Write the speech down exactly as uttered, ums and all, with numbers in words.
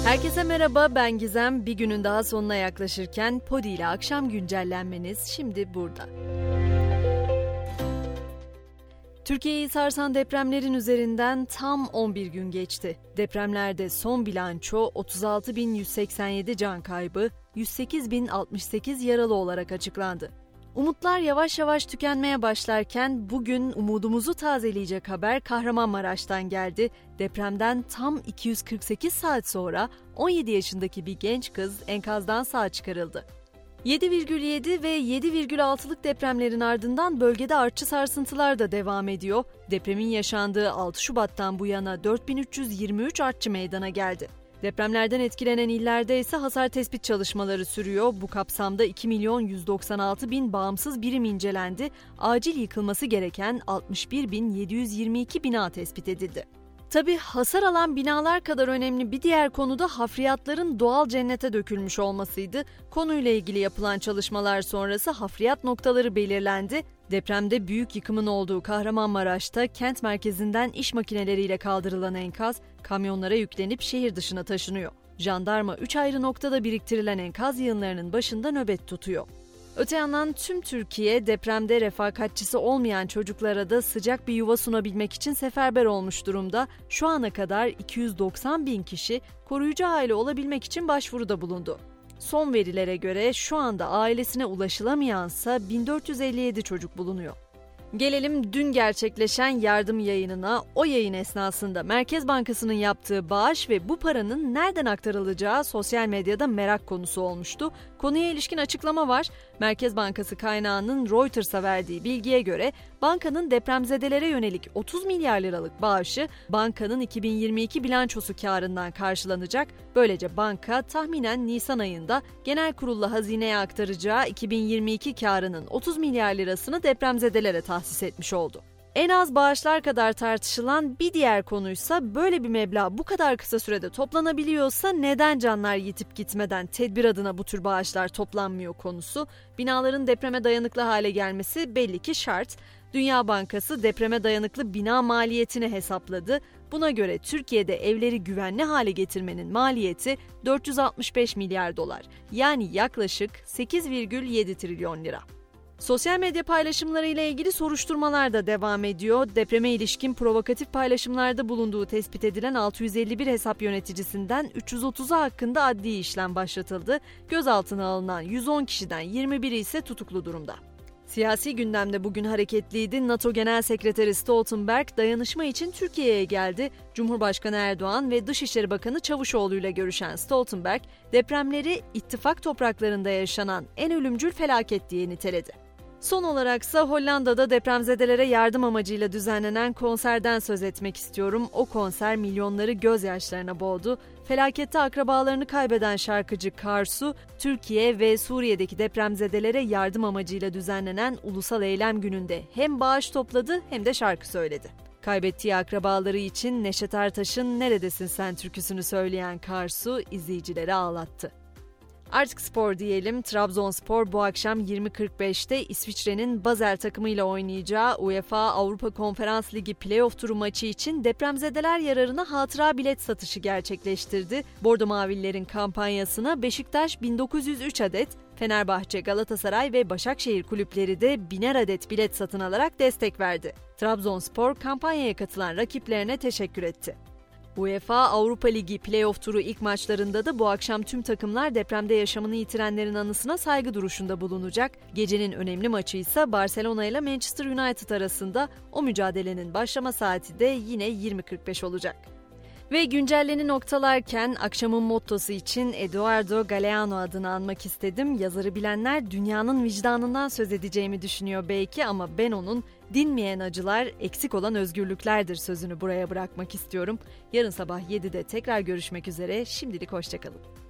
Herkese merhaba, ben Gizem. Bir günün daha sonuna yaklaşırken Podi ile akşam güncellenmeniz şimdi burada. Türkiye'yi sarsan depremlerin üzerinden tam on bir gün geçti. Depremlerde son bilanço otuz altı bin yüz seksen yedi can kaybı, yüz sekiz bin altmış sekiz yaralı olarak açıklandı. Umutlar yavaş yavaş tükenmeye başlarken bugün umudumuzu tazeleyecek haber Kahramanmaraş'tan geldi. Depremden tam iki yüz kırk sekiz saat sonra on yedi yaşındaki bir genç kız enkazdan sağ çıkarıldı. yedi virgül yedi ve yedi virgül altılık depremlerin ardından bölgede artçı sarsıntılar da devam ediyor. Depremin yaşandığı altı Şubat'tan bu yana dört bin üç yüz yirmi üç artçı meydana geldi. Depremlerden etkilenen illerde ise hasar tespit çalışmaları sürüyor. Bu kapsamda iki milyon yüz doksan altı bin bağımsız birim incelendi. Acil yıkılması gereken altmış bir bin yedi yüz yirmi iki bina tespit edildi. Tabii hasar alan binalar kadar önemli bir diğer konu da hafriyatların doğal cennete dökülmüş olmasıydı. Konuyla ilgili yapılan çalışmalar sonrası hafriyat noktaları belirlendi. Depremde büyük yıkımın olduğu Kahramanmaraş'ta kent merkezinden iş makineleriyle kaldırılan enkaz kamyonlara yüklenip şehir dışına taşınıyor. Jandarma üç ayrı noktada biriktirilen enkaz yığınlarının başında nöbet tutuyor. Öte yandan tüm Türkiye depremde refakatçisi olmayan çocuklara da sıcak bir yuva sunabilmek için seferber olmuş durumda. Şu ana kadar iki yüz doksan bin kişi koruyucu aile olabilmek için başvuruda bulundu. Son verilere göre şu anda ailesine ulaşılamayansa bin dört yüz elli yedi çocuk bulunuyor. Gelelim dün gerçekleşen yardım yayınına. O yayın esnasında Merkez Bankası'nın yaptığı bağış ve bu paranın nereden aktarılacağı sosyal medyada merak konusu olmuştu. Konuya ilişkin açıklama var. Merkez Bankası kaynağının Reuters'a verdiği bilgiye göre bankanın depremzedelere yönelik otuz milyar liralık bağışı bankanın iki bin yirmi iki bilançosu karından karşılanacak. Böylece banka tahminen Nisan ayında genel kurulla hazineye aktaracağı iki bin yirmi iki karının otuz milyar lirasını depremzedelere tahsis etmiş oldu. En az bağışlar kadar tartışılan bir diğer konuysa böyle bir meblağ bu kadar kısa sürede toplanabiliyorsa neden canlar yitip gitmeden tedbir adına bu tür bağışlar toplanmıyor konusu. Binaların depreme dayanıklı hale gelmesi belli ki şart. Dünya Bankası depreme dayanıklı bina maliyetini hesapladı. Buna göre Türkiye'de evleri güvenli hale getirmenin maliyeti dört yüz altmış beş milyar dolar. Yani yaklaşık sekiz virgül yedi trilyon lira. Sosyal medya paylaşımlarıyla ilgili soruşturmalar da devam ediyor. Depreme ilişkin provokatif paylaşımlarda bulunduğu tespit edilen altı yüz elli bir hesap yöneticisinden üç yüz otuzu hakkında adli işlem başlatıldı. Gözaltına alınan yüz on kişiden yirmi biri ise tutuklu durumda. Siyasi gündemde bugün hareketliydi. NATO Genel Sekreteri Stoltenberg dayanışma için Türkiye'ye geldi. Cumhurbaşkanı Erdoğan ve Dışişleri Bakanı Çavuşoğlu ile görüşen Stoltenberg, depremleri ittifak topraklarında yaşanan en ölümcül felaket diye niteledi. Son olaraksa Hollanda'da depremzedelere yardım amacıyla düzenlenen konserden söz etmek istiyorum. O konser milyonları gözyaşlarına boğdu. Felakette akrabalarını kaybeden şarkıcı Karsu, Türkiye ve Suriye'deki depremzedelere yardım amacıyla düzenlenen Ulusal Eylem Günü'nde hem bağış topladı hem de şarkı söyledi. Kaybettiği akrabaları için Neşet Ertaş'ın "Neredesin Sen" türküsünü söyleyen Karsu izleyicileri ağlattı. Artık spor diyelim. Trabzonspor bu akşam yirmi kırk beşte İsviçre'nin Basel takımıyla oynayacağı UEFA Avrupa Konferans Ligi Playoff turu maçı için depremzedeler yararına hatıra bilet satışı gerçekleştirdi. Bordo Mavililerin kampanyasına Beşiktaş bin dokuz yüz üç adet, Fenerbahçe, Galatasaray ve Başakşehir kulüpleri de biner adet bilet satın alarak destek verdi. Trabzonspor kampanyaya katılan rakiplerine teşekkür etti. UEFA Avrupa Ligi Playoff turu ilk maçlarında da bu akşam tüm takımlar depremde yaşamını yitirenlerin anısına saygı duruşunda bulunacak. Gecenin önemli maçı ise Barcelona ile Manchester United arasında. O mücadelenin başlama saati de yine yirmi kırk beş olacak. Ve güncelleni noktalarken akşamın mottosu için Eduardo Galeano adını anmak istedim. Yazarı bilenler dünyanın vicdanından söz edeceğimi düşünüyor belki ama ben onun "dinmeyen acılar, eksik olan özgürlüklerdir" sözünü buraya bırakmak istiyorum. Yarın sabah yedide tekrar görüşmek üzere. Şimdilik hoşça kalın.